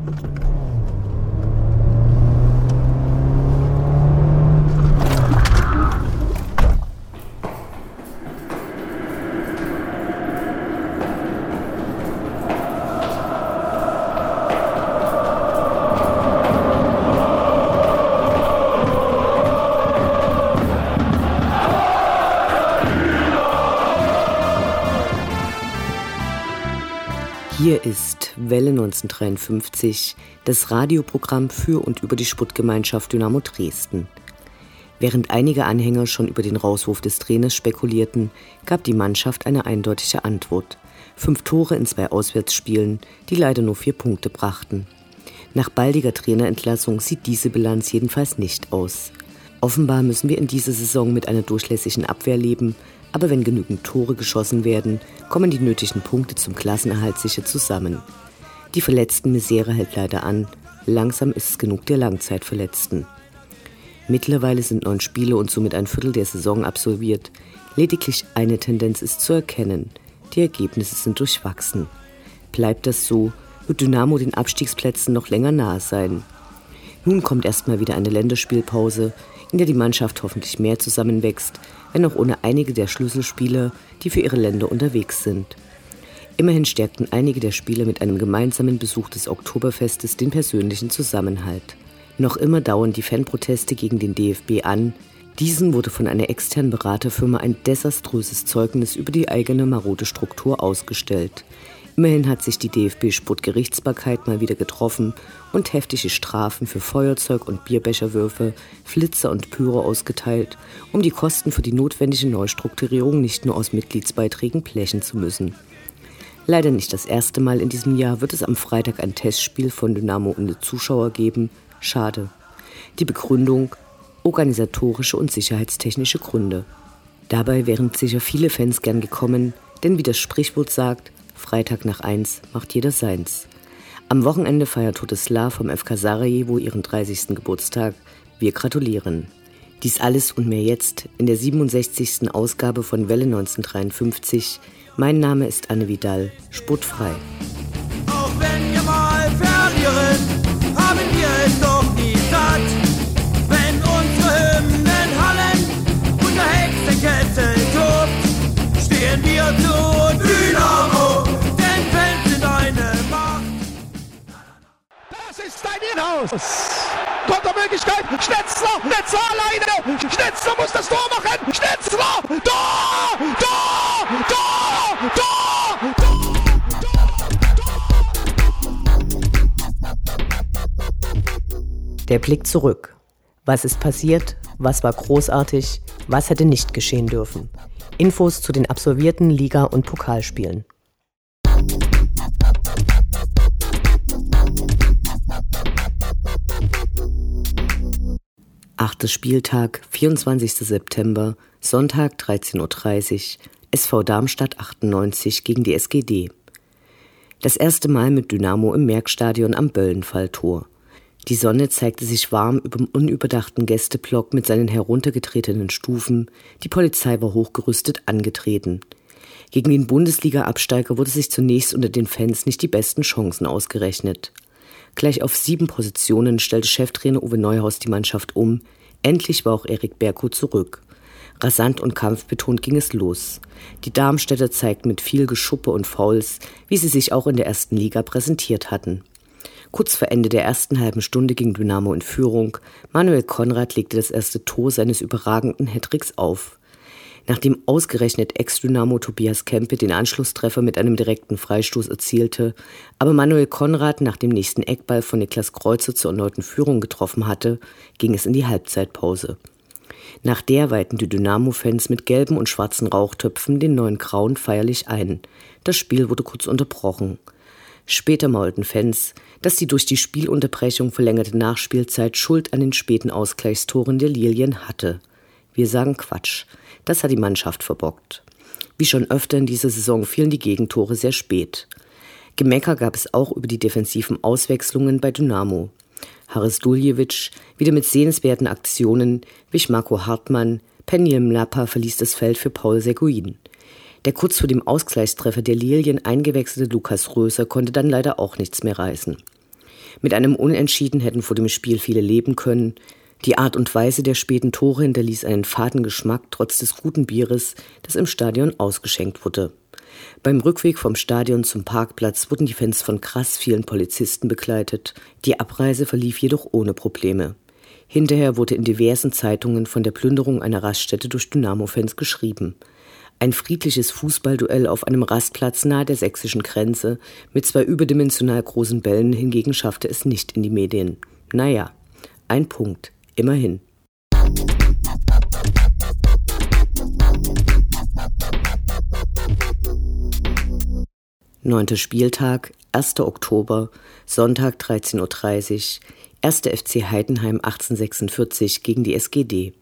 Hier ist Welle 1953, das Radioprogramm für und über die Sportgemeinschaft Dynamo Dresden. Während einige Anhänger schon über den Rauswurf des Trainers spekulierten, gab die Mannschaft eine eindeutige Antwort. 5 Tore in 2 Auswärtsspielen, die leider nur 4 Punkte brachten. Nach baldiger Trainerentlassung sieht diese Bilanz jedenfalls nicht aus. Offenbar müssen wir in dieser Saison mit einer durchlässigen Abwehr leben, aber wenn genügend Tore geschossen werden, kommen die nötigen Punkte zum Klassenerhalt sicher zusammen. Die Verletzten-Misere hält leider an. Langsam ist es genug der Langzeitverletzten. Mittlerweile sind 9 Spiele und somit ein Viertel der Saison absolviert. Lediglich eine Tendenz ist zu erkennen. Die Ergebnisse sind durchwachsen. Bleibt das so, wird Dynamo den Abstiegsplätzen noch länger nahe sein. Nun kommt erstmal wieder eine Länderspielpause, in der die Mannschaft hoffentlich mehr zusammenwächst, wenn auch ohne einige der Schlüsselspieler, die für ihre Länder unterwegs sind. Immerhin stärkten einige der Spieler mit einem gemeinsamen Besuch des Oktoberfestes den persönlichen Zusammenhalt. Noch immer dauern die Fanproteste gegen den DFB an. Diesen wurde von einer externen Beraterfirma ein desaströses Zeugnis über die eigene marode Struktur ausgestellt. Immerhin hat sich die DFB-Sportgerichtsbarkeit mal wieder getroffen und heftige Strafen für Feuerzeug- und Bierbecherwürfe, Flitzer und Pyro ausgeteilt, um die Kosten für die notwendige Neustrukturierung nicht nur aus Mitgliedsbeiträgen blechen zu müssen. Leider nicht das erste Mal in diesem Jahr wird es am Freitag ein Testspiel von Dynamo ohne Zuschauer geben. Schade. Die Begründung: organisatorische und sicherheitstechnische Gründe. Dabei wären sicher viele Fans gern gekommen, denn wie das Sprichwort sagt, Freitag nach 1 macht jeder seins. Am Wochenende feiert Toteslav vom FK Sarajevo ihren 30. Geburtstag. Wir gratulieren. Dies alles und mehr jetzt in der 67. Ausgabe von Welle 1953. Mein Name ist Anne Vidal, sportfrei. Auch wenn wir mal verlieren, haben wir es doch nie satt. Wenn unsere Hymnen hallen und der Hexenkessel tobt, stehen wir zu Dynamo, denn Fans sind eine Macht. Das ist ein Inhouse. Kontermöglichkeit, Schnetzler alleine, Schnetzler muss das Tor machen, Schnetzler, Tor, Tor, Tor, Tor, Tor. Der Blick zurück. Was ist passiert? Was war großartig? Was hätte nicht geschehen dürfen? Infos zu den absolvierten Liga- und Pokalspielen. 8. Spieltag, 24. September, Sonntag 13:30 Uhr, SV Darmstadt 98 gegen die SGD. Das erste Mal mit Dynamo im Merckstadion am Böllenfalltor. Die Sonne zeigte sich warm über dem unüberdachten Gästeblock mit seinen heruntergetretenen Stufen. Die Polizei war hochgerüstet angetreten. Gegen den Bundesliga-Absteiger wurde sich zunächst unter den Fans nicht die besten Chancen ausgerechnet. Gleich auf 7 Positionen stellte Cheftrainer Uwe Neuhaus die Mannschaft um. Endlich war auch Erik Berko zurück. Rasant und kampfbetont ging es los. Die Darmstädter zeigten mit viel Geschuppe und Fouls, wie sie sich auch in der ersten Liga präsentiert hatten. Kurz vor Ende der ersten halben Stunde ging Dynamo in Führung. Manuel Konrad legte das erste Tor seines überragenden Hattricks auf. Nachdem ausgerechnet Ex-Dynamo Tobias Kempe den Anschlusstreffer mit einem direkten Freistoß erzielte, aber Manuel Konrad nach dem nächsten Eckball von Niklas Kreuzer zur erneuten Führung getroffen hatte, ging es in die Halbzeitpause. Nach der weihten die Dynamo-Fans mit gelben und schwarzen Rauchtöpfen den neuen Grauen feierlich ein. Das Spiel wurde kurz unterbrochen. Später maulten Fans, dass die durch die Spielunterbrechung verlängerte Nachspielzeit Schuld an den späten Ausgleichstoren der Lilien hatte. Wir sagen Quatsch. Das hat die Mannschaft verbockt. Wie schon öfter in dieser Saison fielen die Gegentore sehr spät. Gemecker gab es auch über die defensiven Auswechslungen bei Dynamo. Haris Duljevic wieder mit sehenswerten Aktionen, wich Marco Hartmann, Penil Mlapa verließ das Feld für Paul Seguin. Der kurz vor dem Ausgleichstreffer der Lilien eingewechselte Lukas Röser konnte dann leider auch nichts mehr reißen. Mit einem Unentschieden hätten vor dem Spiel viele leben können. Die Art und Weise der späten Tore hinterließ einen faden Geschmack trotz des guten Bieres, das im Stadion ausgeschenkt wurde. Beim Rückweg vom Stadion zum Parkplatz wurden die Fans von krass vielen Polizisten begleitet. Die Abreise verlief jedoch ohne Probleme. Hinterher wurde in diversen Zeitungen von der Plünderung einer Raststätte durch Dynamo-Fans geschrieben. Ein friedliches Fußballduell auf einem Rastplatz nahe der sächsischen Grenze mit 2 überdimensional großen Bällen hingegen schaffte es nicht in die Medien. Naja, ein Punkt. Immerhin. Neunter Spieltag, 1. Oktober, Sonntag 13:30 Uhr, 1. FC Heidenheim 1846 gegen die SGD.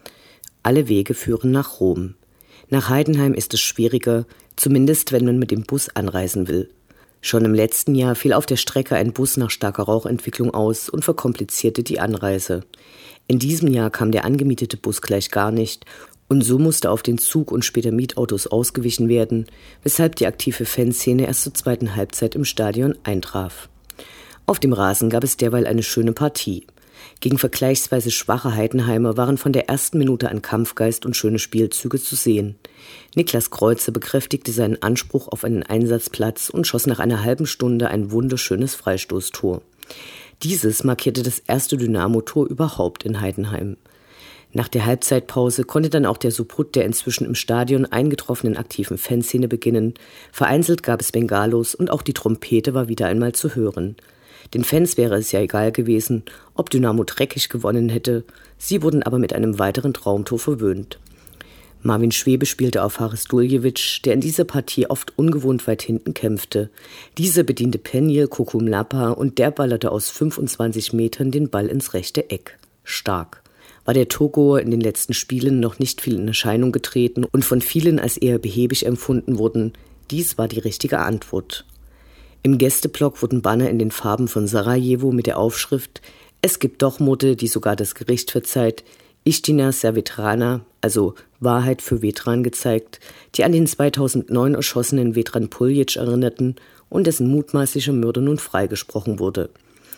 Alle Wege führen nach Rom. Nach Heidenheim ist es schwieriger, zumindest wenn man mit dem Bus anreisen will. Schon im letzten Jahr fiel auf der Strecke ein Bus nach starker Rauchentwicklung aus und verkomplizierte die Anreise. In diesem Jahr kam der angemietete Bus gleich gar nicht und so musste auf den Zug und später Mietautos ausgewichen werden, weshalb die aktive Fanszene erst zur zweiten Halbzeit im Stadion eintraf. Auf dem Rasen gab es derweil eine schöne Partie. Gegen vergleichsweise schwache Heidenheimer waren von der ersten Minute an Kampfgeist und schöne Spielzüge zu sehen. Niklas Kreuzer bekräftigte seinen Anspruch auf einen Einsatzplatz und schoss nach einer halben Stunde ein wunderschönes Freistoßtor. Dieses markierte das erste Dynamo-Tor überhaupt in Heidenheim. Nach der Halbzeitpause konnte dann auch der Subhut der inzwischen im Stadion eingetroffenen aktiven Fanszene beginnen. Vereinzelt gab es Bengalos und auch die Trompete war wieder einmal zu hören. Den Fans wäre es ja egal gewesen, ob Dynamo dreckig gewonnen hätte. Sie wurden aber mit einem weiteren Traumtor verwöhnt. Marvin Schwebe spielte auf Haris Duljevic, der in dieser Partie oft ungewohnt weit hinten kämpfte. Dieser bediente Penjel Kokumlapa und der ballerte aus 25 Metern den Ball ins rechte Eck. Stark. War der Togoer in den letzten Spielen noch nicht viel in Erscheinung getreten und von vielen als eher behäbig empfunden wurden, dies war die richtige Antwort. Im Gästeblock wurden Banner in den Farben von Sarajevo mit der Aufschrift „Es gibt doch Motte, die sogar das Gericht verzeiht, Istina za Veterana", also Wahrheit für Vetran, gezeigt, die an den 2009 erschossenen Vedran Puljic erinnerten und dessen mutmaßlicher Mörder nun freigesprochen wurde.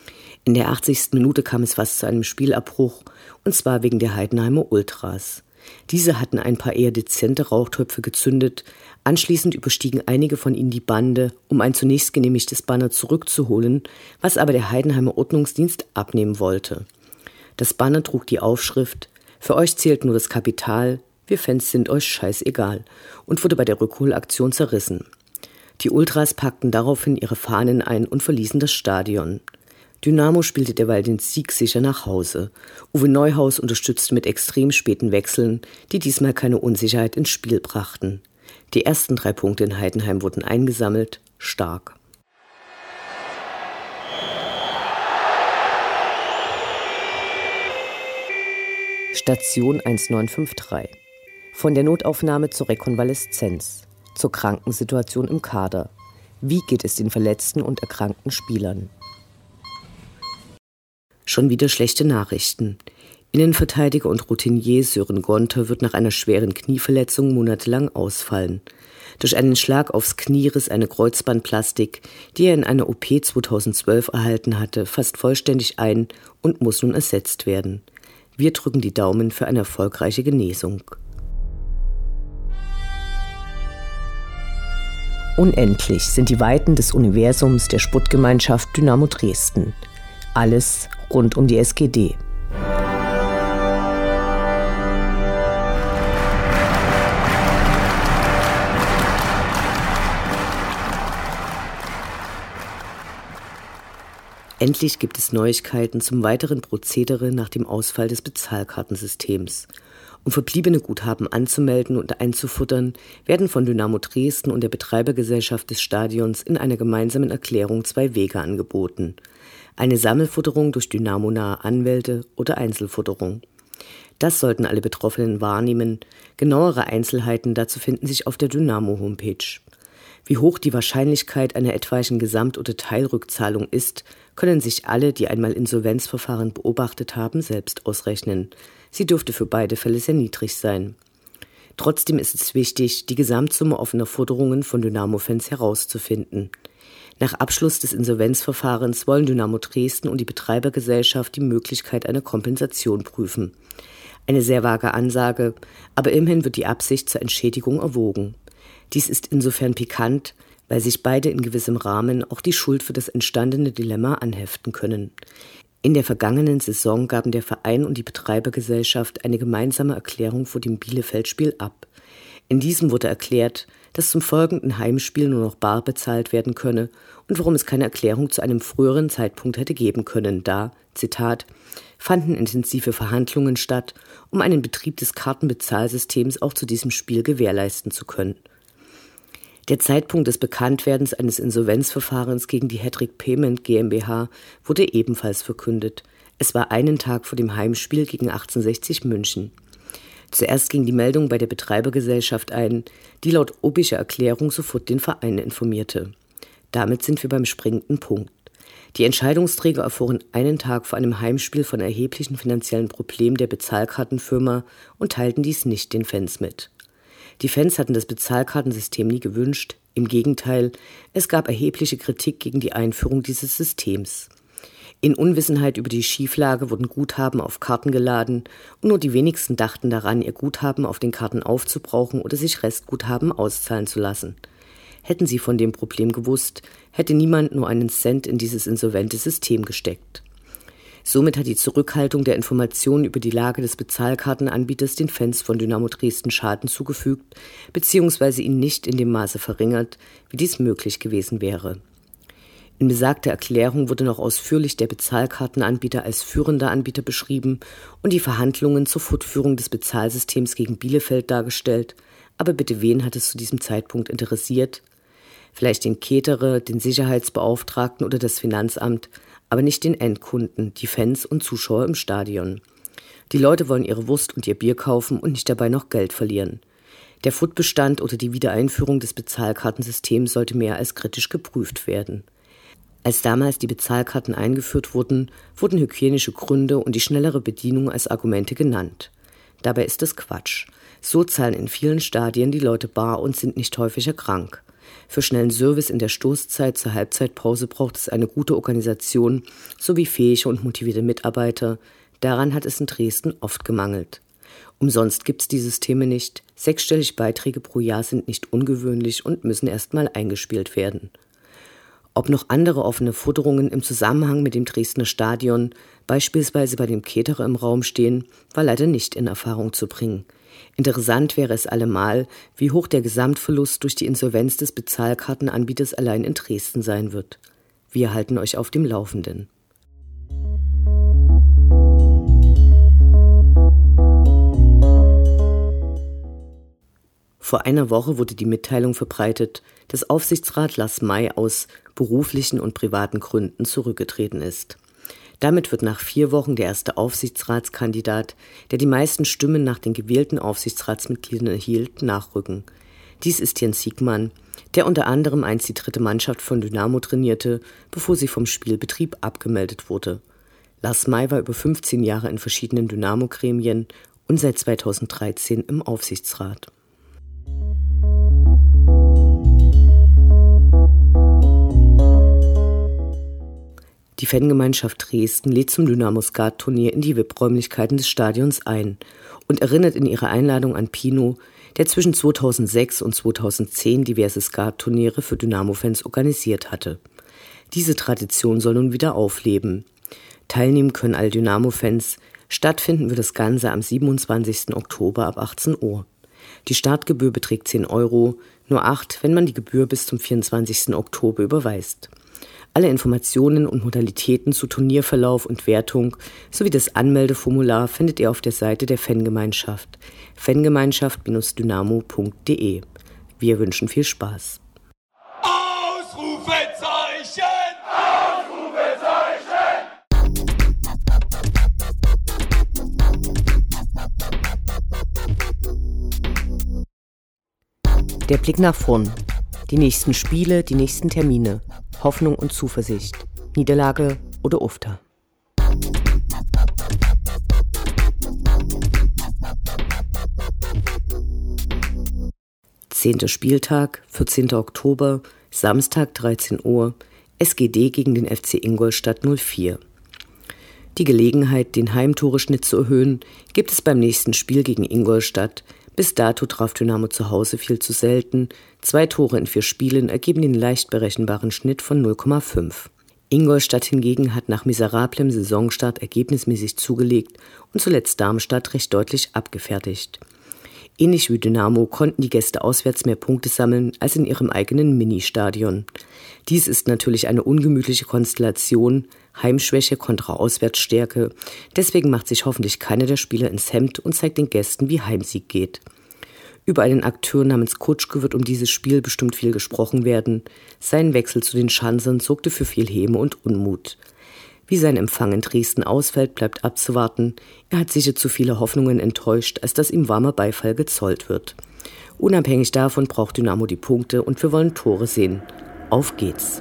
In der 80. Minute kam es fast zu einem Spielabbruch, und zwar wegen der Heidenheimer Ultras. Diese hatten ein paar eher dezente Rauchtöpfe gezündet, anschließend überstiegen einige von ihnen die Bande, um ein zunächst genehmigtes Banner zurückzuholen, was aber der Heidenheimer Ordnungsdienst abnehmen wollte. Das Banner trug die Aufschrift „Für euch zählt nur das Kapital, wir Fans sind euch scheißegal" und wurde bei der Rückholaktion zerrissen. Die Ultras packten daraufhin ihre Fahnen ein und verließen das Stadion. Dynamo spielte derweil den Sieg sicher nach Hause. Uwe Neuhaus unterstützte mit extrem späten Wechseln, die diesmal keine Unsicherheit ins Spiel brachten. Die ersten 3 Punkte in Heidenheim wurden eingesammelt. Stark. Station 1953. Von der Notaufnahme zur Rekonvaleszenz, zur Krankensituation im Kader. Wie geht es den verletzten und erkrankten Spielern? Schon wieder schlechte Nachrichten. Innenverteidiger und Routinier Sören Gonter wird nach einer schweren Knieverletzung monatelang ausfallen. Durch einen Schlag aufs Knie riss eine Kreuzbandplastik, die er in einer OP 2012 erhalten hatte, fast vollständig ein und muss nun ersetzt werden. Wir drücken die Daumen für eine erfolgreiche Genesung. Unendlich sind die Weiten des Universums der Sportgemeinschaft Dynamo Dresden. Alles rund um die SGD. Endlich gibt es Neuigkeiten zum weiteren Prozedere nach dem Ausfall des Bezahlkartensystems. Um verbliebene Guthaben anzumelden und einzufuttern, werden von Dynamo Dresden und der Betreibergesellschaft des Stadions in einer gemeinsamen Erklärung 2 Wege angeboten. Eine Sammelfutterung durch Dynamo-nahe Anwälte oder Einzelfutterung. Das sollten alle Betroffenen wahrnehmen. Genauere Einzelheiten dazu finden sich auf der Dynamo-Homepage. Wie hoch die Wahrscheinlichkeit einer etwaigen Gesamt- oder Teilrückzahlung ist, können sich alle, die einmal Insolvenzverfahren beobachtet haben, selbst ausrechnen. Sie dürfte für beide Fälle sehr niedrig sein. Trotzdem ist es wichtig, die Gesamtsumme offener Forderungen von Dynamo-Fans herauszufinden. Nach Abschluss des Insolvenzverfahrens wollen Dynamo Dresden und die Betreibergesellschaft die Möglichkeit einer Kompensation prüfen. Eine sehr vage Ansage, aber immerhin wird die Absicht zur Entschädigung erwogen. Dies ist insofern pikant, weil sich beide in gewissem Rahmen auch die Schuld für das entstandene Dilemma anheften können. In der vergangenen Saison gaben der Verein und die Betreibergesellschaft eine gemeinsame Erklärung vor dem Bielefeld-Spiel ab. In diesem wurde erklärt, dass zum folgenden Heimspiel nur noch bar bezahlt werden könne und warum es keine Erklärung zu einem früheren Zeitpunkt hätte geben können, da, Zitat, fanden intensive Verhandlungen statt, um einen Betrieb des Kartenbezahlsystems auch zu diesem Spiel gewährleisten zu können. Der Zeitpunkt des Bekanntwerdens eines Insolvenzverfahrens gegen die Hedrick Payment GmbH wurde ebenfalls verkündet. Es war einen Tag vor dem Heimspiel gegen 1860 München. Zuerst ging die Meldung bei der Betreibergesellschaft ein, die laut obischer Erklärung sofort den Verein informierte. Damit sind wir beim springenden Punkt. Die Entscheidungsträger erfuhren einen Tag vor einem Heimspiel von erheblichen finanziellen Problemen der Bezahlkartenfirma und teilten dies nicht den Fans mit. Die Fans hatten das Bezahlkartensystem nie gewünscht, im Gegenteil, es gab erhebliche Kritik gegen die Einführung dieses Systems. In Unwissenheit über die Schieflage wurden Guthaben auf Karten geladen und nur die wenigsten dachten daran, ihr Guthaben auf den Karten aufzubrauchen oder sich Restguthaben auszahlen zu lassen. Hätten sie von dem Problem gewusst, hätte niemand nur einen Cent in dieses insolvente System gesteckt. Somit hat die Zurückhaltung der Informationen über die Lage des Bezahlkartenanbieters den Fans von Dynamo Dresden Schaden zugefügt bzw. ihn nicht in dem Maße verringert, wie dies möglich gewesen wäre. In besagter Erklärung wurde noch ausführlich der Bezahlkartenanbieter als führender Anbieter beschrieben und die Verhandlungen zur Fortführung des Bezahlsystems gegen Bielefeld dargestellt. Aber bitte, wen hat es zu diesem Zeitpunkt interessiert? Vielleicht den Keterer, den Sicherheitsbeauftragten oder das Finanzamt, aber nicht den Endkunden, die Fans und Zuschauer im Stadion. Die Leute wollen ihre Wurst und ihr Bier kaufen und nicht dabei noch Geld verlieren. Der Fortbestand oder die Wiedereinführung des Bezahlkartensystems sollte mehr als kritisch geprüft werden. Als damals die Bezahlkarten eingeführt wurden, wurden hygienische Gründe und die schnellere Bedienung als Argumente genannt. Dabei ist es Quatsch. So zahlen in vielen Stadien die Leute bar und sind nicht häufiger krank. Für schnellen Service in der Stoßzeit zur Halbzeitpause braucht es eine gute Organisation sowie fähige und motivierte Mitarbeiter. Daran hat es in Dresden oft gemangelt. Umsonst gibt es die Systeme nicht. 6-stellige Beiträge pro Jahr sind nicht ungewöhnlich und müssen erstmal eingespielt werden. Ob noch andere offene Forderungen im Zusammenhang mit dem Dresdner Stadion, beispielsweise bei dem Keterer im Raum stehen, war leider nicht in Erfahrung zu bringen. Interessant wäre es allemal, wie hoch der Gesamtverlust durch die Insolvenz des Bezahlkartenanbieters allein in Dresden sein wird. Wir halten euch auf dem Laufenden. Vor einer Woche wurde die Mitteilung verbreitet, dass Aufsichtsrat Lars May aus beruflichen und privaten Gründen zurückgetreten ist. Damit wird nach 4 Wochen der erste Aufsichtsratskandidat, der die meisten Stimmen nach den gewählten Aufsichtsratsmitgliedern erhielt, nachrücken. Dies ist Jens Siegmann, der unter anderem einst die 3. Mannschaft von Dynamo trainierte, bevor sie vom Spielbetrieb abgemeldet wurde. Lars May war über 15 Jahre in verschiedenen Dynamo-Gremien und seit 2013 im Aufsichtsrat. Die Fangemeinschaft Dresden lädt zum Dynamo-Skat-Turnier in die VIP-Räumlichkeiten des Stadions ein und erinnert in ihrer Einladung an Pino, der zwischen 2006 und 2010 diverse Skat-Turniere für Dynamo-Fans organisiert hatte. Diese Tradition soll nun wieder aufleben. Teilnehmen können alle Dynamo-Fans. Stattfinden wird das Ganze am 27. Oktober ab 18 Uhr. Die Startgebühr beträgt 10 €, nur 8, wenn man die Gebühr bis zum 24. Oktober überweist. Alle Informationen und Modalitäten zu Turnierverlauf und Wertung sowie das Anmeldeformular findet ihr auf der Seite der Fangemeinschaft, fangemeinschaft-dynamo.de. Wir wünschen viel Spaß. Ausrufezeichen! Ausrufezeichen! Der Blick nach vorn. Die nächsten Spiele, die nächsten Termine. Hoffnung und Zuversicht. Niederlage oder Ufter. Zehnter Spieltag, 14. Oktober, Samstag 13 Uhr, SGD gegen den FC Ingolstadt 04. Die Gelegenheit, den Heimtoreschnitt zu erhöhen, gibt es beim nächsten Spiel gegen Ingolstadt. Bis dato traf Dynamo zu Hause viel zu selten. 2 Tore in 4 Spielen ergeben den leicht berechenbaren Schnitt von 0,5. Ingolstadt hingegen hat nach miserablem Saisonstart ergebnismäßig zugelegt und zuletzt Darmstadt recht deutlich abgefertigt. Ähnlich wie Dynamo konnten die Gäste auswärts mehr Punkte sammeln als in ihrem eigenen Ministadion. Dies ist natürlich eine ungemütliche Konstellation, Heimschwäche kontra Auswärtsstärke. Deswegen macht sich hoffentlich keiner der Spieler ins Hemd und zeigt den Gästen, wie Heimsieg geht. Über einen Akteur namens Kutschke wird um dieses Spiel bestimmt viel gesprochen werden. Sein Wechsel zu den Schanzern sorgte für viel Häme und Unmut. Wie sein Empfang in Dresden ausfällt, bleibt abzuwarten. Er hat sicher zu viele Hoffnungen enttäuscht, als dass ihm warmer Beifall gezollt wird. Unabhängig davon braucht Dynamo die Punkte und wir wollen Tore sehen. Auf geht's!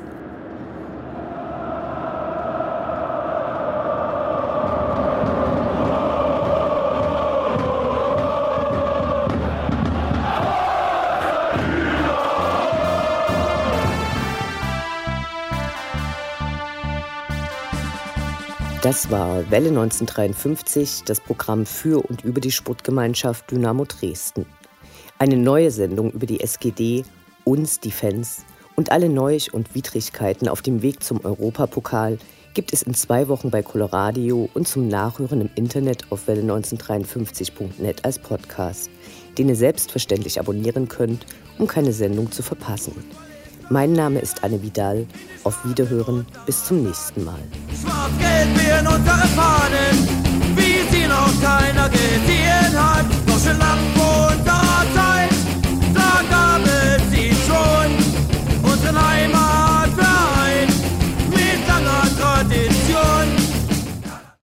Das war Welle 1953, das Programm für und über die Sportgemeinschaft Dynamo Dresden. Eine neue Sendung über die SGD, uns, die Fans und alle Neuigkeiten und Widrigkeiten auf dem Weg zum Europapokal gibt es in 2 Wochen bei Coloradio und zum Nachhören im Internet auf welle1953.net als Podcast, den ihr selbstverständlich abonnieren könnt, um keine Sendung zu verpassen. Mein Name ist Anne Vidal. Auf Wiederhören. Bis zum nächsten Mal. Schwarz-Gelb wehen unsere Fahnen, wie sie noch keiner gesehen hat. Noch schon lang